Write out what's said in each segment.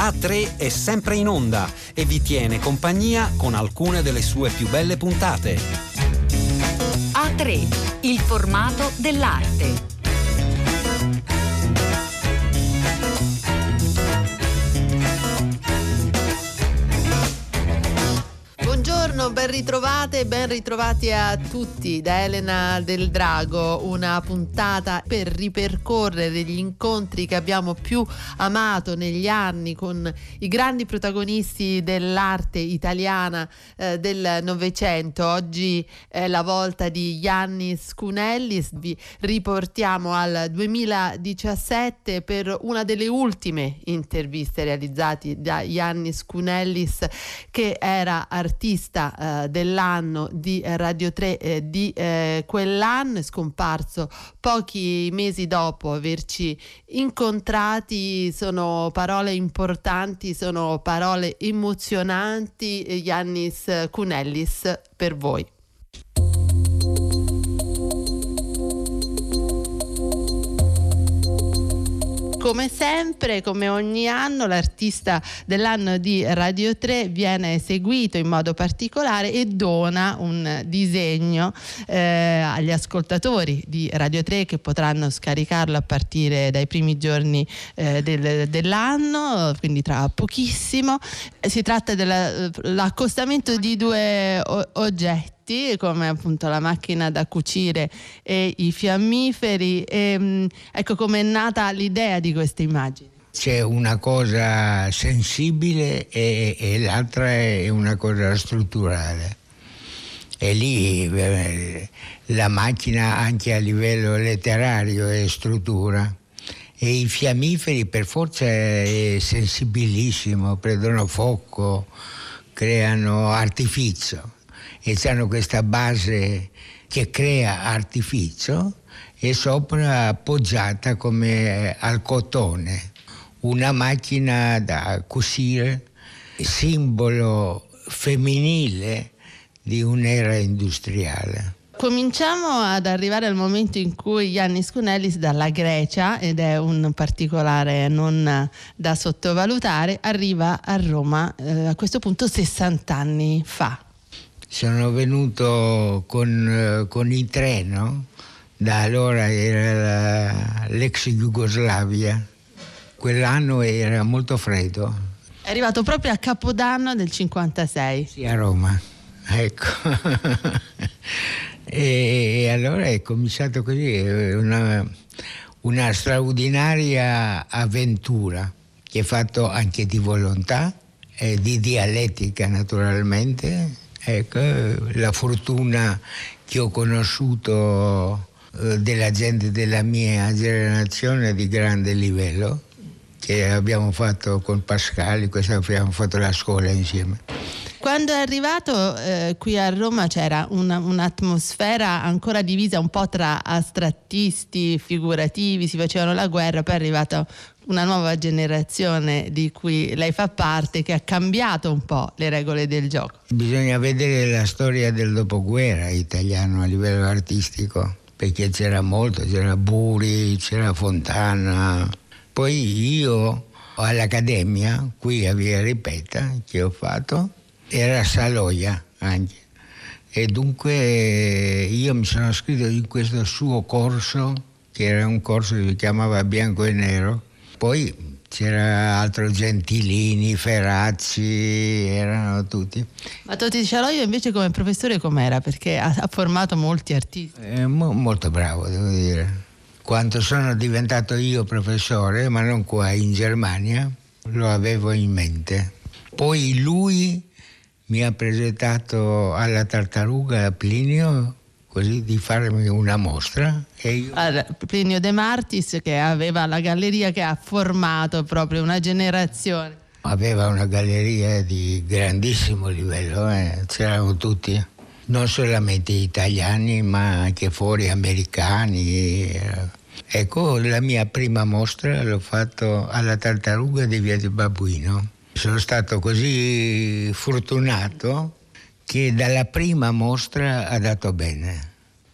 A3 è sempre in onda e vi tiene compagnia con alcune delle sue più belle puntate. A3, il formato dell'arte. Buongiorno, ben ritrovate e ben ritrovati a tutti da Elena Del Drago, una puntata per ripercorrere gli incontri che abbiamo più amato negli anni con i grandi protagonisti dell'arte italiana del Novecento. Oggi è la volta di Iannis Kounellis, vi riportiamo al 2017 per una delle ultime interviste realizzate da Iannis Kounellis, che era artista dell'anno di Radio 3 di quell'anno, è scomparso pochi mesi dopo averci incontrati. Sono parole importanti, sono parole emozionanti. Iannis Kounellis, per voi. Come sempre, come ogni anno, l'artista dell'anno di Radio 3 viene seguito in modo particolare e dona un disegno agli ascoltatori di Radio 3, che potranno scaricarlo a partire dai primi giorni dell'anno, quindi tra pochissimo. Si tratta dell'accostamento di due oggetti, come appunto la macchina da cucire e i fiammiferi. Ecco come è nata l'idea di queste immagini. C'è una cosa sensibile e l'altra è una cosa strutturale. E lì la macchina anche a livello letterario è struttura, e i fiammiferi per forza è sensibilissimo, prendono fuoco, creano artificio. E hanno questa base che crea artificio e sopra appoggiata come al cotone una macchina da cucire, simbolo femminile di un'era industriale. Cominciamo ad arrivare al momento in cui Iannis Kounellis, dalla Grecia, ed è un particolare non da sottovalutare, arriva a Roma a questo punto 60 anni fa. Sono venuto con il treno, da allora era l'ex Jugoslavia, quell'anno era molto freddo. È arrivato proprio a Capodanno del 56. Sì, a Roma, ecco. E allora è cominciato così, una straordinaria avventura che ho fatto anche di volontà e di dialettica, naturalmente. Ecco, la fortuna che ho conosciuto della gente della mia generazione di grande livello, che abbiamo fatto con Pascali, abbiamo fatto la scuola insieme. Quando è arrivato qui a Roma c'era un'atmosfera ancora divisa un po' tra astrattisti, figurativi, si facevano la guerra, poi è arrivata una nuova generazione di cui lei fa parte, che ha cambiato un po' le regole del gioco. Bisogna vedere la storia del dopoguerra italiano a livello artistico, perché c'era molto, c'era Buri, c'era Fontana. Poi io all'Accademia, qui a Via Ripetta, che ho fatto, era Saloia anche. E dunque io mi sono iscritto in questo suo corso, che era un corso che si chiamava Bianco e Nero. Poi c'era altro Gentilini, Ferrazzi, erano tutti. Ma Toti Scialoia invece come professore com'era? Perché ha formato molti artisti. Molto bravo, devo dire. Quando sono diventato io professore, ma non qua in Germania, lo avevo in mente. Poi lui mi ha presentato alla Tartaruga, a Plinio, così di farmi una mostra. E io... Plinio De Martis, che aveva la galleria che ha formato proprio una generazione. Aveva una galleria di grandissimo livello, c'erano tutti, non solamente italiani ma anche fuori americani. Ecco, la mia prima mostra l'ho fatto alla Tartaruga di Via del Babbuino. Sono stato così fortunato che dalla prima mostra ha dato bene.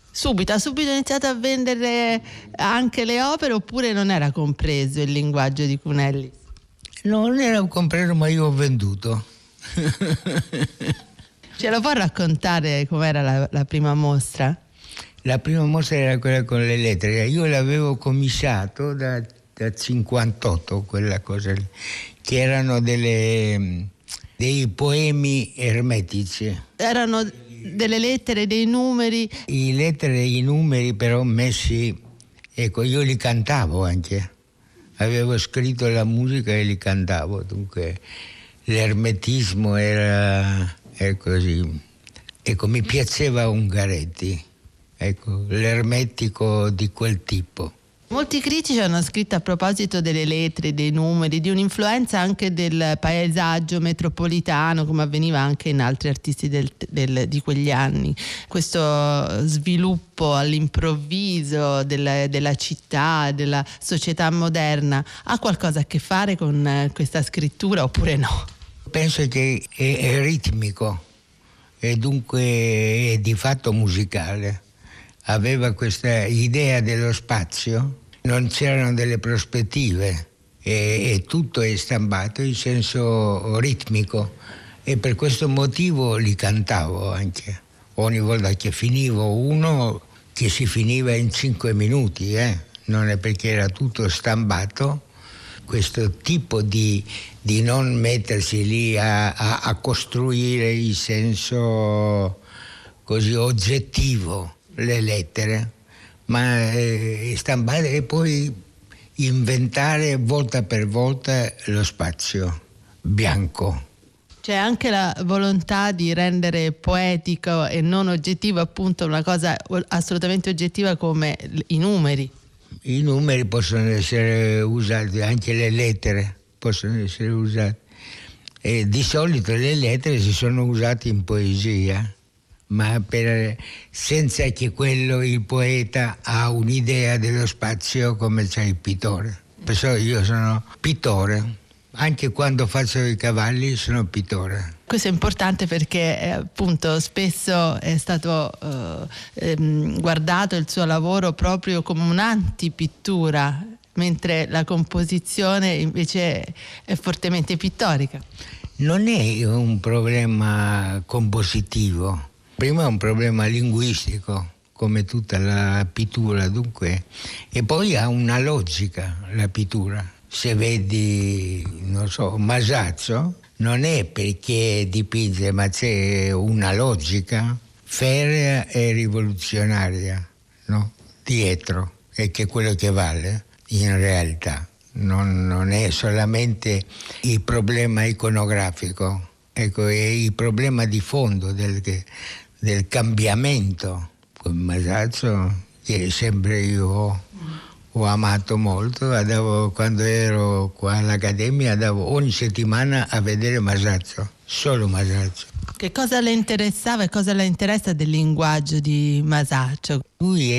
Ha subito iniziato a vendere anche le opere, oppure non era compreso il linguaggio di Kounellis? No, non era un comprato, ma io ho venduto. Ce lo può raccontare com'era la prima mostra? La prima mostra era quella con l'elettrica. Io l'avevo cominciato da 58, quella cosa lì, che erano dei poemi ermetici. Erano delle lettere, dei numeri? I lettere e i numeri però messi, ecco, io li cantavo anche. Avevo scritto la musica e li cantavo, dunque l'ermetismo era così. Ecco, mi piaceva Ungaretti, ecco, l'ermetico di quel tipo. Molti critici hanno scritto a proposito delle lettere, dei numeri, di un'influenza anche del paesaggio metropolitano, come avveniva anche in altri artisti di quegli anni. Questo sviluppo all'improvviso della città, della società moderna, ha qualcosa a che fare con questa scrittura oppure no? Penso che è ritmico e dunque è di fatto musicale. Aveva questa idea dello spazio, non c'erano delle prospettive e tutto è stampato in senso ritmico e per questo motivo li cantavo anche. Ogni volta che finivo uno, che si finiva in 5 minuti, non è perché era tutto stampato, questo tipo di non mettersi lì a costruire in senso così oggettivo le lettere, ma stampare e poi inventare volta per volta lo spazio bianco. C'è anche la volontà di rendere poetico e non oggettivo appunto una cosa assolutamente oggettiva come i numeri. I numeri possono essere usati, anche le lettere possono essere usate. E di solito le lettere si sono usate in poesia, ma senza che il poeta ha un'idea dello spazio come c'è il pittore. Perciò io sono pittore, anche quando faccio i cavalli sono pittore. Questo è importante perché appunto spesso è stato guardato il suo lavoro proprio come un'antipittura, mentre la composizione invece è fortemente pittorica. Non è un problema compositivo. Prima è un problema linguistico, come tutta la pittura, dunque, e poi ha una logica la pittura. Se vedi, non so, Masaccio, non è perché dipinge, ma c'è una logica ferrea e rivoluzionaria, no? Dietro, e che è quello che vale in realtà. Non è solamente il problema iconografico, ecco, è il problema di fondo del cambiamento. Con Masaccio, che sempre io ho amato molto, quando ero qua all'Accademia andavo ogni settimana a vedere Masaccio, solo Masaccio. Che cosa le interessava e cosa le interessa del linguaggio di Masaccio? Lui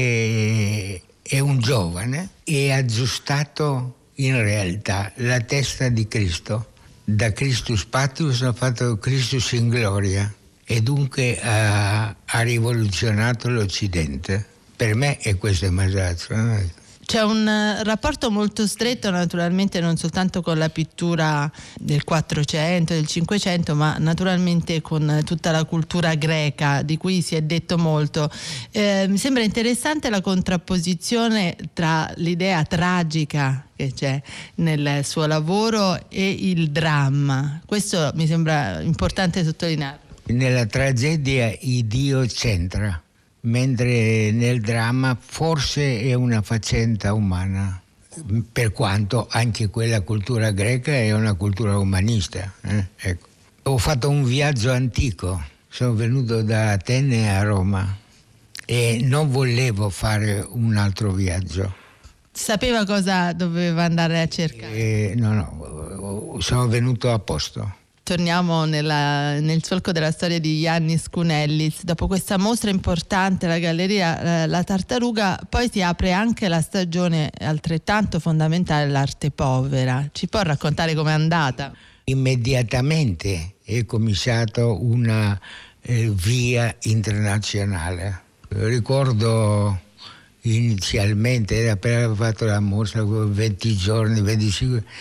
è un giovane e ha aggiustato in realtà la testa di Cristo. Da Christus Patrus ha fatto Christus in gloria e dunque ha rivoluzionato l'Occidente. Per me è questo Masaccio. C'è un rapporto molto stretto naturalmente non soltanto con la pittura del 400, del 500, ma naturalmente con tutta la cultura greca di cui si è detto molto. Mi sembra interessante la contrapposizione tra l'idea tragica che c'è nel suo lavoro e il dramma. Questo mi sembra importante sottolinearlo. Nella tragedia il Dio c'entra, mentre nel dramma forse è una faccenda umana, per quanto anche quella cultura greca è una cultura umanista. Ecco. Ho fatto un viaggio antico, sono venuto da Atene a Roma e non volevo fare un altro viaggio. Sapeva cosa doveva andare a cercare? No, sono venuto a posto. Torniamo nel solco della storia di Iannis Kounellis. Dopo questa mostra importante, la galleria La Tartaruga, poi si apre anche la stagione altrettanto fondamentale, l'arte povera. Ci può raccontare com'è andata? Immediatamente è cominciato una via internazionale. Ricordo inizialmente, era appena fatto la mostra, 20 giorni, 25,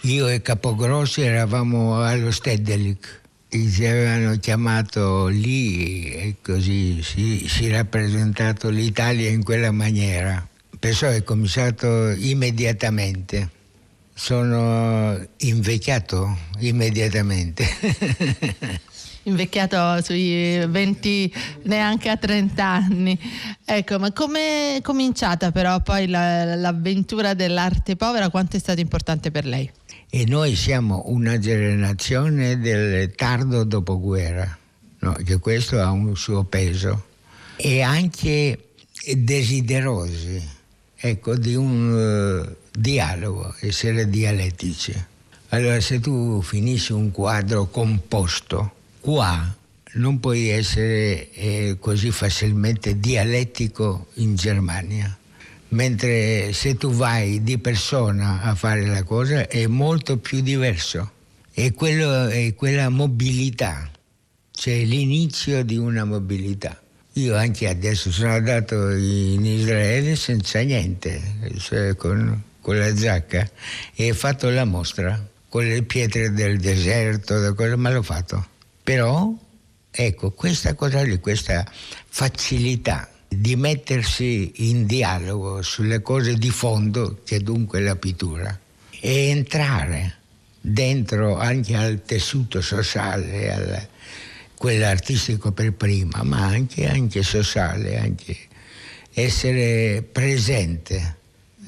Io e Capogrossi eravamo allo Stedelijk, ci avevano chiamato lì e così si è rappresentato l'Italia in quella maniera. Perciò è cominciato immediatamente. Sono invecchiato immediatamente. Invecchiato sui 20, neanche a 30 anni. Ecco, ma come è cominciata però poi l'avventura dell'arte povera? Quanto è stata importante per lei? E noi siamo una generazione del tardo dopoguerra, no? Che questo ha un suo peso. E anche desiderosi, ecco, di un dialogo, essere dialettici. Allora, se tu finisci un quadro composto, qua non puoi essere così facilmente dialettico in Germania. Mentre se tu vai di persona a fare la cosa è molto più diverso. E quello è quella mobilità, cioè l'inizio di una mobilità. Io anche adesso sono andato in Israele senza niente, cioè con la giacca, e ho fatto la mostra con le pietre del deserto, ma l'ho fatto. Però, ecco, questa cosa lì, questa facilità di mettersi in dialogo sulle cose di fondo, che dunque è la pittura, e entrare dentro anche al tessuto sociale, quello artistico per prima, ma anche sociale, anche essere presente,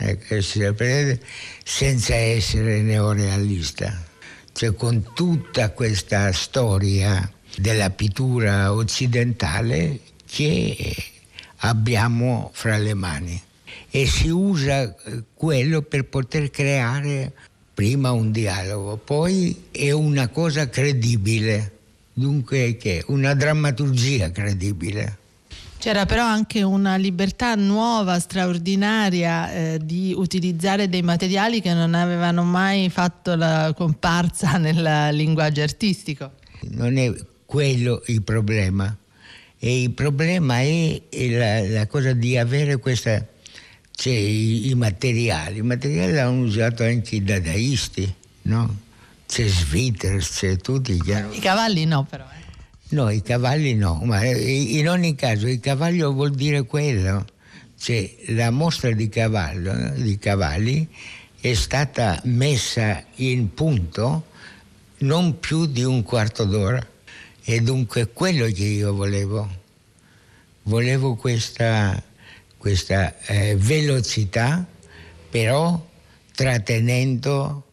senza essere neorealista. Cioè, con tutta questa storia della pittura occidentale che abbiamo fra le mani, e si usa quello per poter creare prima un dialogo, poi è una cosa credibile, dunque che una drammaturgia credibile. C'era però anche una libertà nuova, straordinaria, di utilizzare dei materiali che non avevano mai fatto la comparsa nel linguaggio artistico. Non è quello il problema. E il problema è la cosa di avere questa, cioè i materiali. I materiali l'hanno usato anche i dadaisti, no? C'è Sviters, c'è tutti. I cavalli no, però. No, i cavalli no, ma in ogni caso il cavallo vuol dire quello. Cioè, la mostra di cavalli è stata messa in punto non più di un quarto d'ora. E dunque quello che io volevo questa velocità, però trattenendo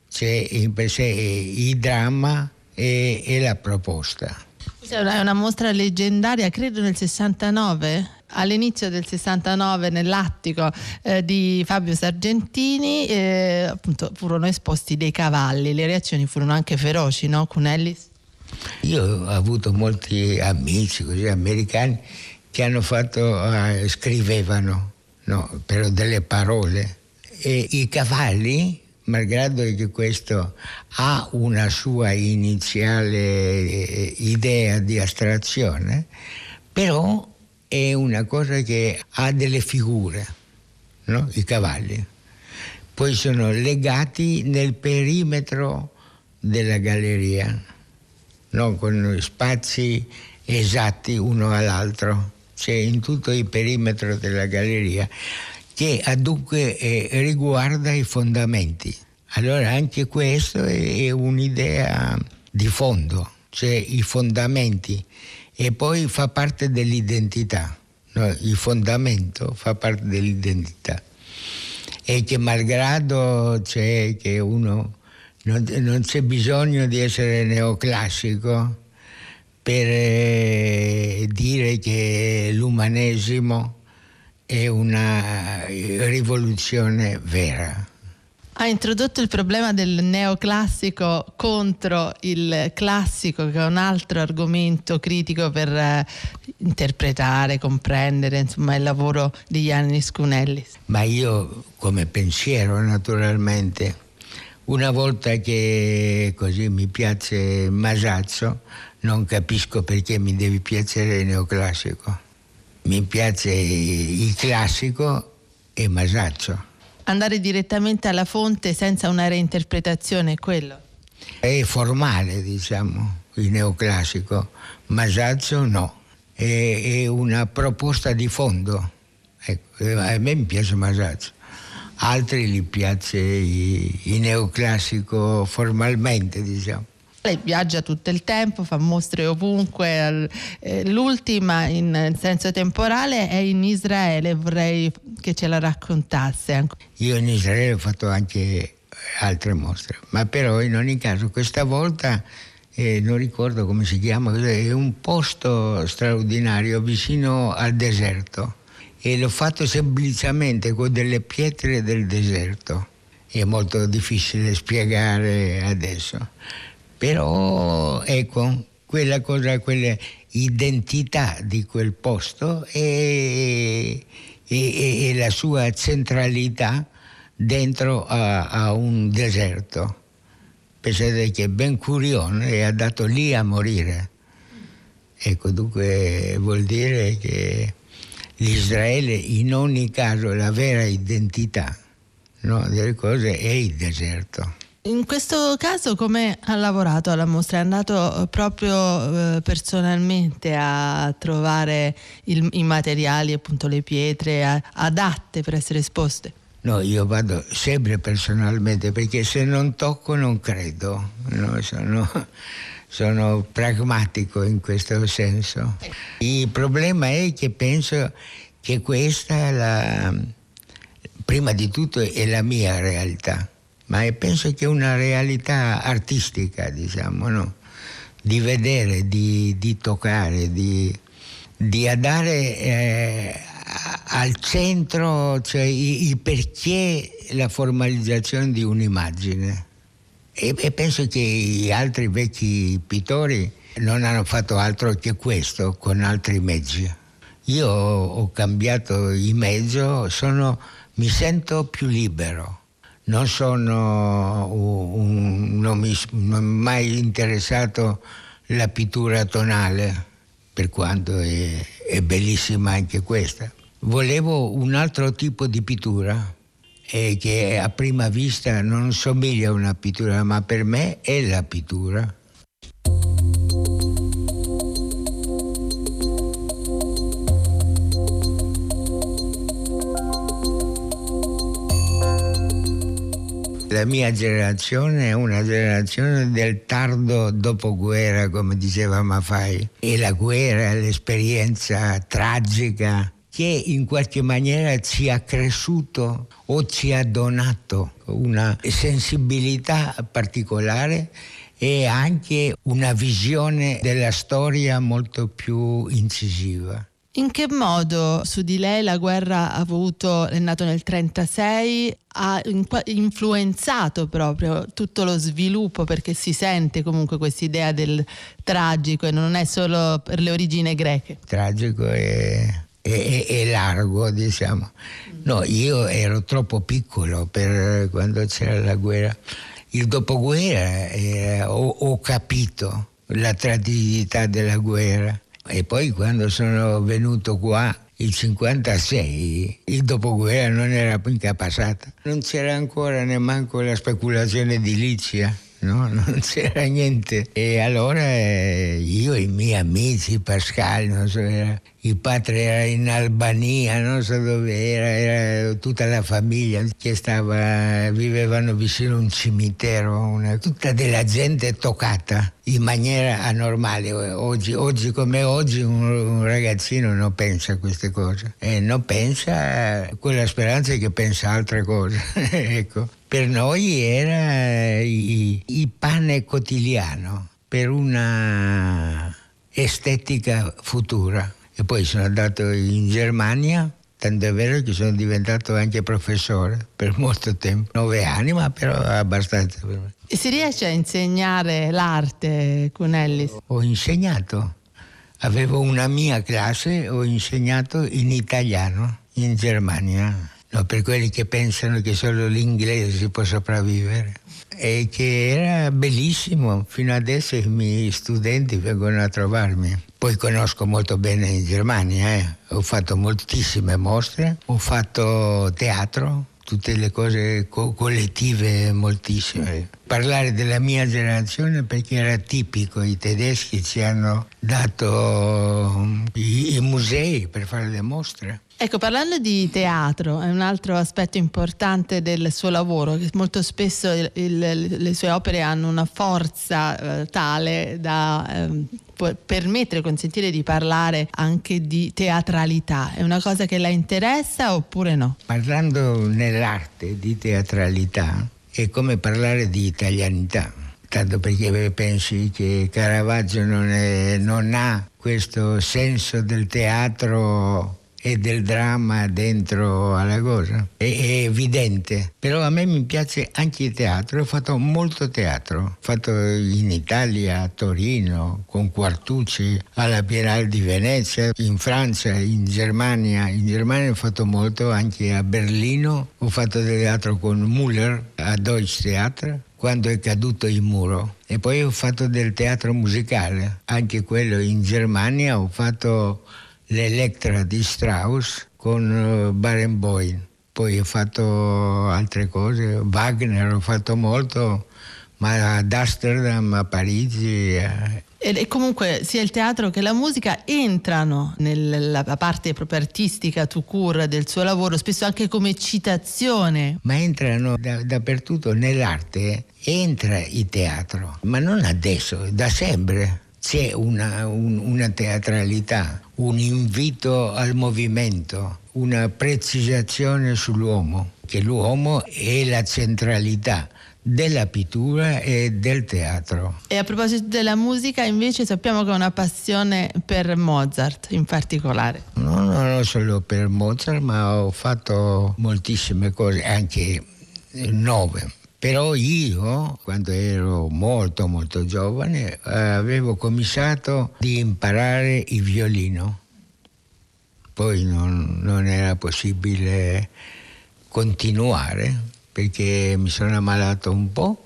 il dramma e la proposta. È una mostra leggendaria, credo nel 69, all'inizio del 69 nell'attico di Fabio Sargentini, appunto furono esposti dei cavalli, le reazioni furono anche feroci, no, Cunellis? Io ho avuto molti amici così americani che hanno scrivevano, no, però delle parole, e i cavalli, malgrado che questo ha una sua iniziale idea di astrazione, però è una cosa che ha delle figure, no? I cavalli. Poi sono legati nel perimetro della galleria, no? Con spazi esatti uno all'altro, cioè in tutto il perimetro della galleria, che dunque riguarda i fondamenti. Allora anche questo è un'idea di fondo, cioè i fondamenti, e poi fa parte dell'identità, no? Il fondamento fa parte dell'identità, e che malgrado c'è che uno non c'è bisogno di essere neoclassico per dire che l'umanesimo è una rivoluzione vera. Ha introdotto il problema del neoclassico contro il classico, che è un altro argomento critico per interpretare, comprendere, insomma, il lavoro di Iannis Cunellis. Ma io, come pensiero naturalmente, una volta che così mi piace Masaccio, non capisco perché mi deve piacere il neoclassico. Mi piace il classico e Masaccio. Andare direttamente alla fonte senza una reinterpretazione, è quello? È formale, diciamo, il neoclassico. Masaccio no, è una proposta di fondo. Ecco, a me piace Masaccio, altri gli piace il neoclassico formalmente, diciamo. Lei viaggia tutto il tempo, fa mostre ovunque, l'ultima in senso temporale è in Israele, vorrei che ce la raccontasse. Io in Israele ho fatto anche altre mostre, ma però in ogni caso questa volta non ricordo come si chiama, è un posto straordinario vicino al deserto e l'ho fatto semplicemente con delle pietre del deserto. È molto difficile spiegare adesso. Però ecco, quella identità di quel posto e la sua centralità dentro a un deserto. Pensate che Ben Gurion è andato lì a morire. Ecco, dunque vuol dire che l'Israele in ogni caso la vera identità, no, delle cose è il deserto. In questo caso come ha lavorato alla mostra? È andato proprio personalmente a trovare i materiali, appunto le pietre adatte per essere esposte? No, io vado sempre personalmente perché se non tocco non credo, no? Sono pragmatico in questo senso. Il problema è che penso che questa prima di tutto è la mia realtà. Ma penso che è una realtà artistica, diciamo, no? Di vedere, di toccare, di andare al centro, cioè il perché la formalizzazione di un'immagine. E penso che gli altri vecchi pittori non hanno fatto altro che questo con altri mezzi. Io ho cambiato i mezzi, mi sento più libero. Non mi è mai interessato la pittura tonale, per quanto è bellissima anche questa. Volevo un altro tipo di pittura che a prima vista non somiglia a una pittura, ma per me è la pittura. La mia generazione è una generazione del tardo dopoguerra, come diceva Maffei, e la guerra, l'esperienza tragica che in qualche maniera ci ha cresciuto o ci ha donato una sensibilità particolare e anche una visione della storia molto più incisiva. In che modo su di lei la guerra è nato nel 1936, ha influenzato proprio tutto lo sviluppo, perché si sente comunque questa idea del tragico e non è solo per le origini greche? Tragico e largo, diciamo. No, io ero troppo piccolo per quando c'era la guerra. Il dopoguerra ho capito la tragicità della guerra. E poi quando sono venuto qua, il 56, il dopoguerra non era mica passata. Non c'era ancora neanche la speculazione edilizia, no? Non c'era niente. E allora io e i miei amici, Pascal, non so, il padre era in Albania, non so dove era tutta la famiglia che vivevano vicino a un cimitero, tutta della gente toccata in maniera anormale. Oggi come oggi un ragazzino non pensa a queste cose, non pensa a quella speranza che pensa a altre cose. Ecco. Per noi era il pane quotidiano per una estetica futura. E poi sono andato in Germania, tanto è vero che sono diventato anche professore per molto tempo, 9 anni, ma però abbastanza per me. E si riesce a insegnare l'arte con Ellis? Ho insegnato, avevo una mia classe, ho insegnato in italiano in Germania. No, per quelli che pensano che solo l'inglese si può sopravvivere. E che era bellissimo, fino adesso i miei studenti vengono a trovarmi. Poi conosco molto bene in Germania, ho fatto moltissime mostre, ho fatto teatro, tutte le cose collettive moltissime. Parlare della mia generazione perché era tipico, i tedeschi ci hanno dato i musei per fare le mostre. Ecco, parlando di teatro, è un altro aspetto importante del suo lavoro, che molto spesso le sue opere hanno una forza tale da permettere, consentire di parlare anche di teatralità. È una cosa che la interessa oppure no? Parlando nell'arte di teatralità è come parlare di italianità. Tanto perché pensi che Caravaggio non ha questo senso del teatro e del dramma dentro alla cosa, è evidente. Però a me mi piace anche il teatro, ho fatto molto teatro, ho fatto in Italia, a Torino, con Quartucci, alla Biennale di Venezia, in Francia, in Germania ho fatto molto, anche a Berlino, ho fatto teatro con Müller a Deutsche Theater, quando è caduto il muro, e poi ho fatto del teatro musicale, anche quello in Germania, ho fatto l'Electra di Strauss con Barenboim, poi ho fatto altre cose, Wagner ho fatto molto, ma ad Amsterdam, a Parigi. E comunque sia il teatro che la musica entrano nella parte proprio artistica tout court del suo lavoro, spesso anche come citazione. Ma entrano dappertutto, nell'arte entra il teatro, ma non adesso, da sempre. C'è una teatralità, un invito al movimento, una precisazione sull'uomo, che l'uomo è la centralità della pittura e del teatro. E a proposito della musica, invece, sappiamo che ha una passione per Mozart in particolare. No, non solo per Mozart, ma ho fatto moltissime cose, anche 9. Però io, quando ero molto molto giovane, avevo cominciato di imparare il violino. Poi non era possibile continuare perché mi sono ammalato un po'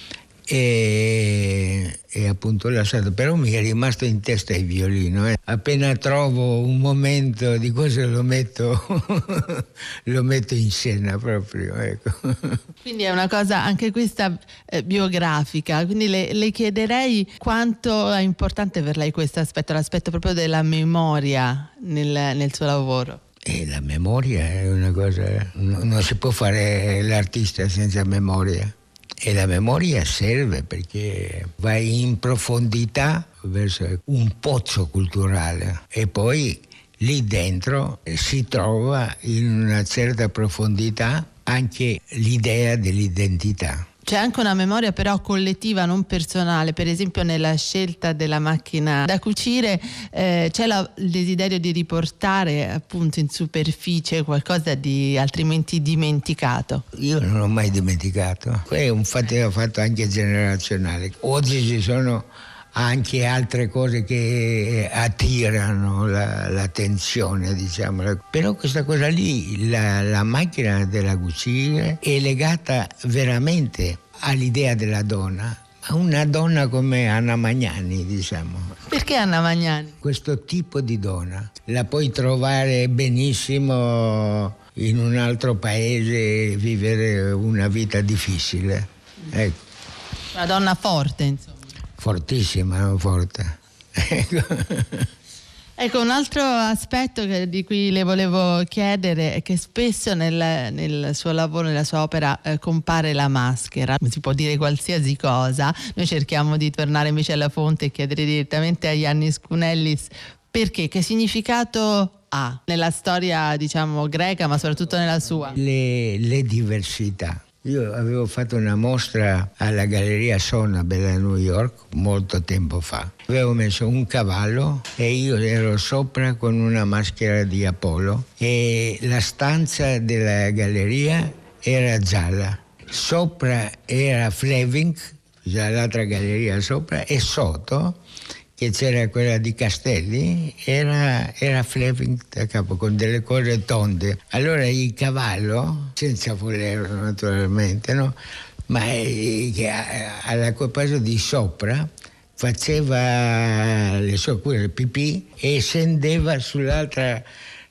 e appunto ho lasciato, però mi è rimasto in testa il violino. Appena trovo un momento di cosa lo metto in scena proprio, ecco. Quindi è una cosa anche questa biografica, quindi le chiederei quanto è importante per lei questo aspetto, l'aspetto proprio della memoria nel suo lavoro. La memoria è una cosa, non si può fare l'artista senza memoria. E la memoria serve perché vai in profondità verso un pozzo culturale e poi lì dentro si trova in una certa profondità anche l'idea dell'identità. C'è anche una memoria però collettiva, non personale. Per esempio nella scelta della macchina da cucire c'è il desiderio di riportare appunto in superficie qualcosa di altrimenti dimenticato. Io non l'ho mai dimenticato. È un fatto anche generazionale. Oggi ci sono anche altre cose che attirano l'attenzione, diciamo. Però questa cosa lì, la macchina della cucina, è legata veramente all'idea della donna. Una donna come Anna Magnani, diciamo. Perché Anna Magnani? Questo tipo di donna la puoi trovare benissimo in un altro paese e vivere una vita difficile. Ecco. Una donna forte, insomma. Fortissima, forte. Ecco, un altro aspetto di cui le volevo chiedere è che spesso nel suo lavoro, nella sua opera, compare la maschera. Si può dire qualsiasi cosa. Noi cerchiamo di tornare invece alla fonte e chiedere direttamente a Iannis Kounellis perché, che significato ha nella storia, diciamo, greca, ma soprattutto nella sua. Le diversità. Io avevo fatto una mostra alla Galleria Sonabel a New York molto tempo fa. Avevo messo un cavallo e io ero sopra con una maschera di Apollo e la stanza della galleria era gialla. Sopra era Fleming, l'altra galleria sopra, e sotto, che c'era quella di Castelli, era Fleming da capo, con delle cose tonde. Allora il cavallo, senza volerlo naturalmente, no? Ma alla cosa di sopra faceva le sue cure pipì e scendeva sull'altra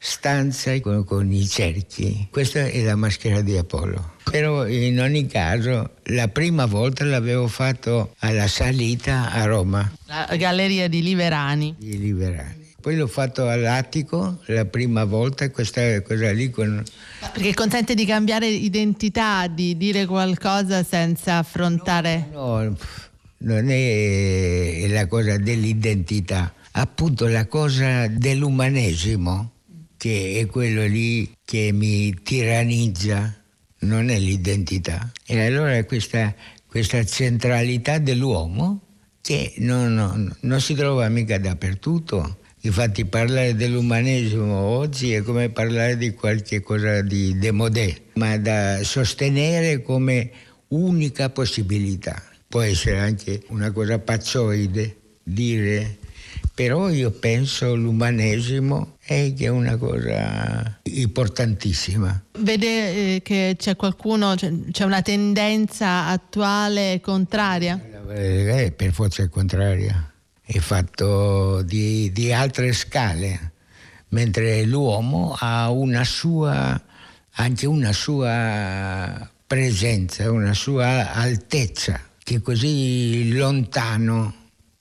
stanza con i cerchi. Questa è la maschera di Apollo. Però in ogni caso la prima volta l'avevo fatto alla Salita a Roma. La galleria di Liverani. Di Liverani. Poi l'ho fatto all'Attico la prima volta, questa cosa lì con... Perché consente di cambiare identità, di dire qualcosa senza affrontare... No, non è la cosa dell'identità, appunto la cosa dell'umanesimo, che è quello lì che mi tirannizza, non è l'identità. E allora questa centralità dell'uomo che non si trova mica dappertutto. Infatti parlare dell'umanesimo oggi è come parlare di qualche cosa di démodé, ma da sostenere come unica possibilità. Può essere anche una cosa pazzoide dire, però io penso l'umanesimo è che è una cosa importantissima. Vede che c'è qualcuno, c'è una tendenza attuale contraria? Per forza è contraria. È fatto di altre scale, mentre l'uomo ha anche una sua presenza, una sua altezza, che è così lontano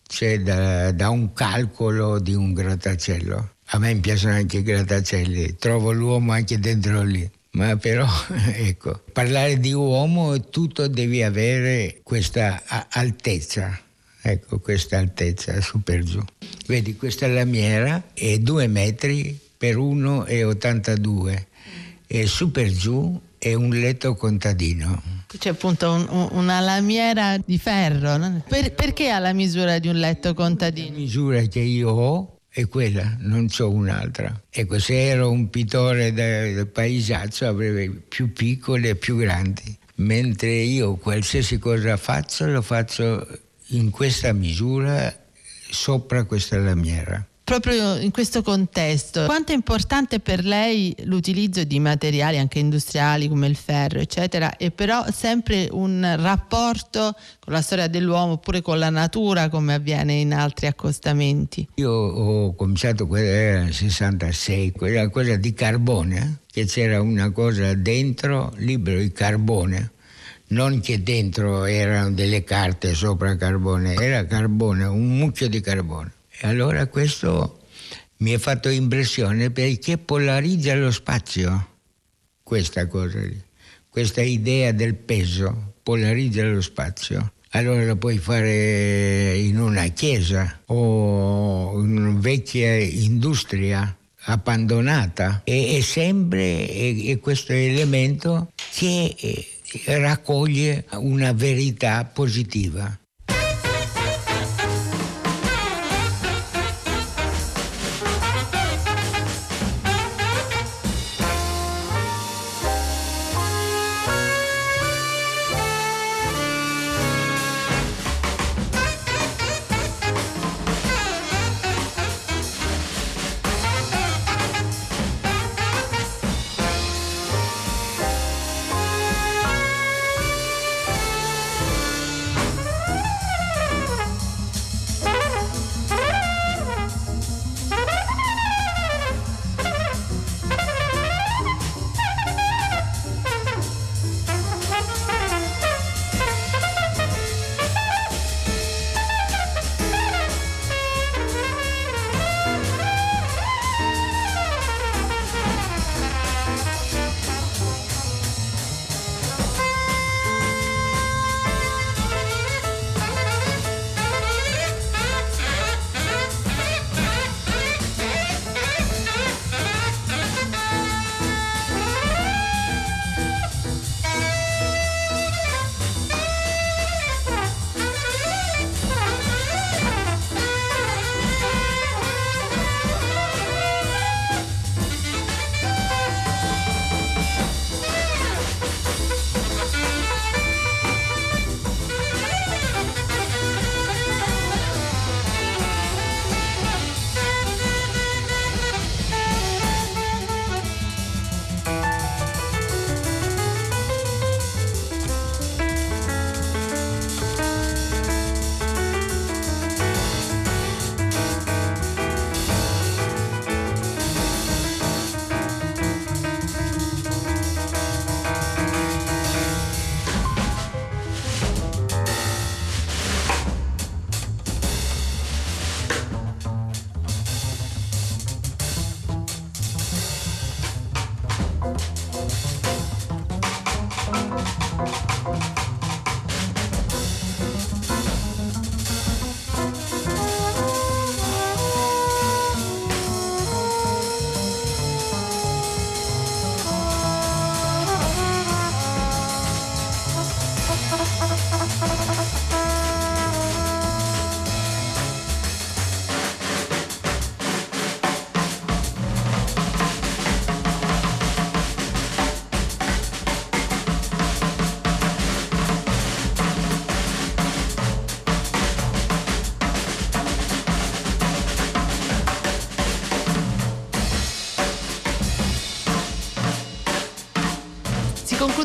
da un calcolo di un grattacielo. A me piacciono anche i grattacieli, trovo l'uomo anche dentro lì. Ma però, ecco, parlare di uomo tutto devi avere questa altezza. Ecco, questa altezza su per giù. Vedi, questa lamiera è 2 metri per 1,82 e su per giù è un letto contadino. C'è appunto una lamiera di ferro, no? Perché ha la misura di un letto contadino? La misura che io ho è quella, non c'ho un'altra. Ecco, se ero un pittore del paesaggio avrei più piccole e più grandi, mentre io qualsiasi cosa faccio lo faccio in questa misura sopra questa lamiera. Proprio in questo contesto, quanto è importante per lei l'utilizzo di materiali anche industriali come il ferro, eccetera, e però sempre un rapporto con la storia dell'uomo oppure con la natura come avviene in altri accostamenti? Io ho cominciato, quella era nel 66, quella cosa di carbone, che c'era una cosa dentro, libero di carbone. Non che dentro erano delle carte sopra carbone, era carbone, un mucchio di carbone. E allora questo mi ha fatto impressione perché polarizza lo spazio, questa cosa lì. Questa idea del peso polarizza lo spazio. Allora lo puoi fare in una chiesa o in una vecchia industria abbandonata. E sempre è questo elemento che raccoglie una verità positiva.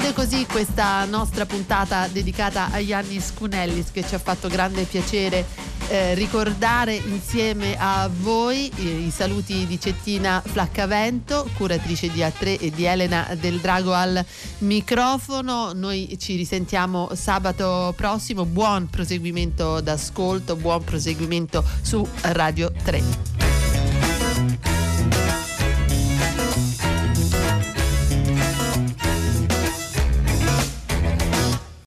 Chiude così questa nostra puntata dedicata a Iannis Kounellis, che ci ha fatto grande piacere ricordare insieme a voi. I saluti di Cettina Flaccavento, curatrice di A3, e di Elena Del Drago al microfono. Noi ci risentiamo sabato prossimo. Buon proseguimento d'ascolto, buon proseguimento su Radio 3.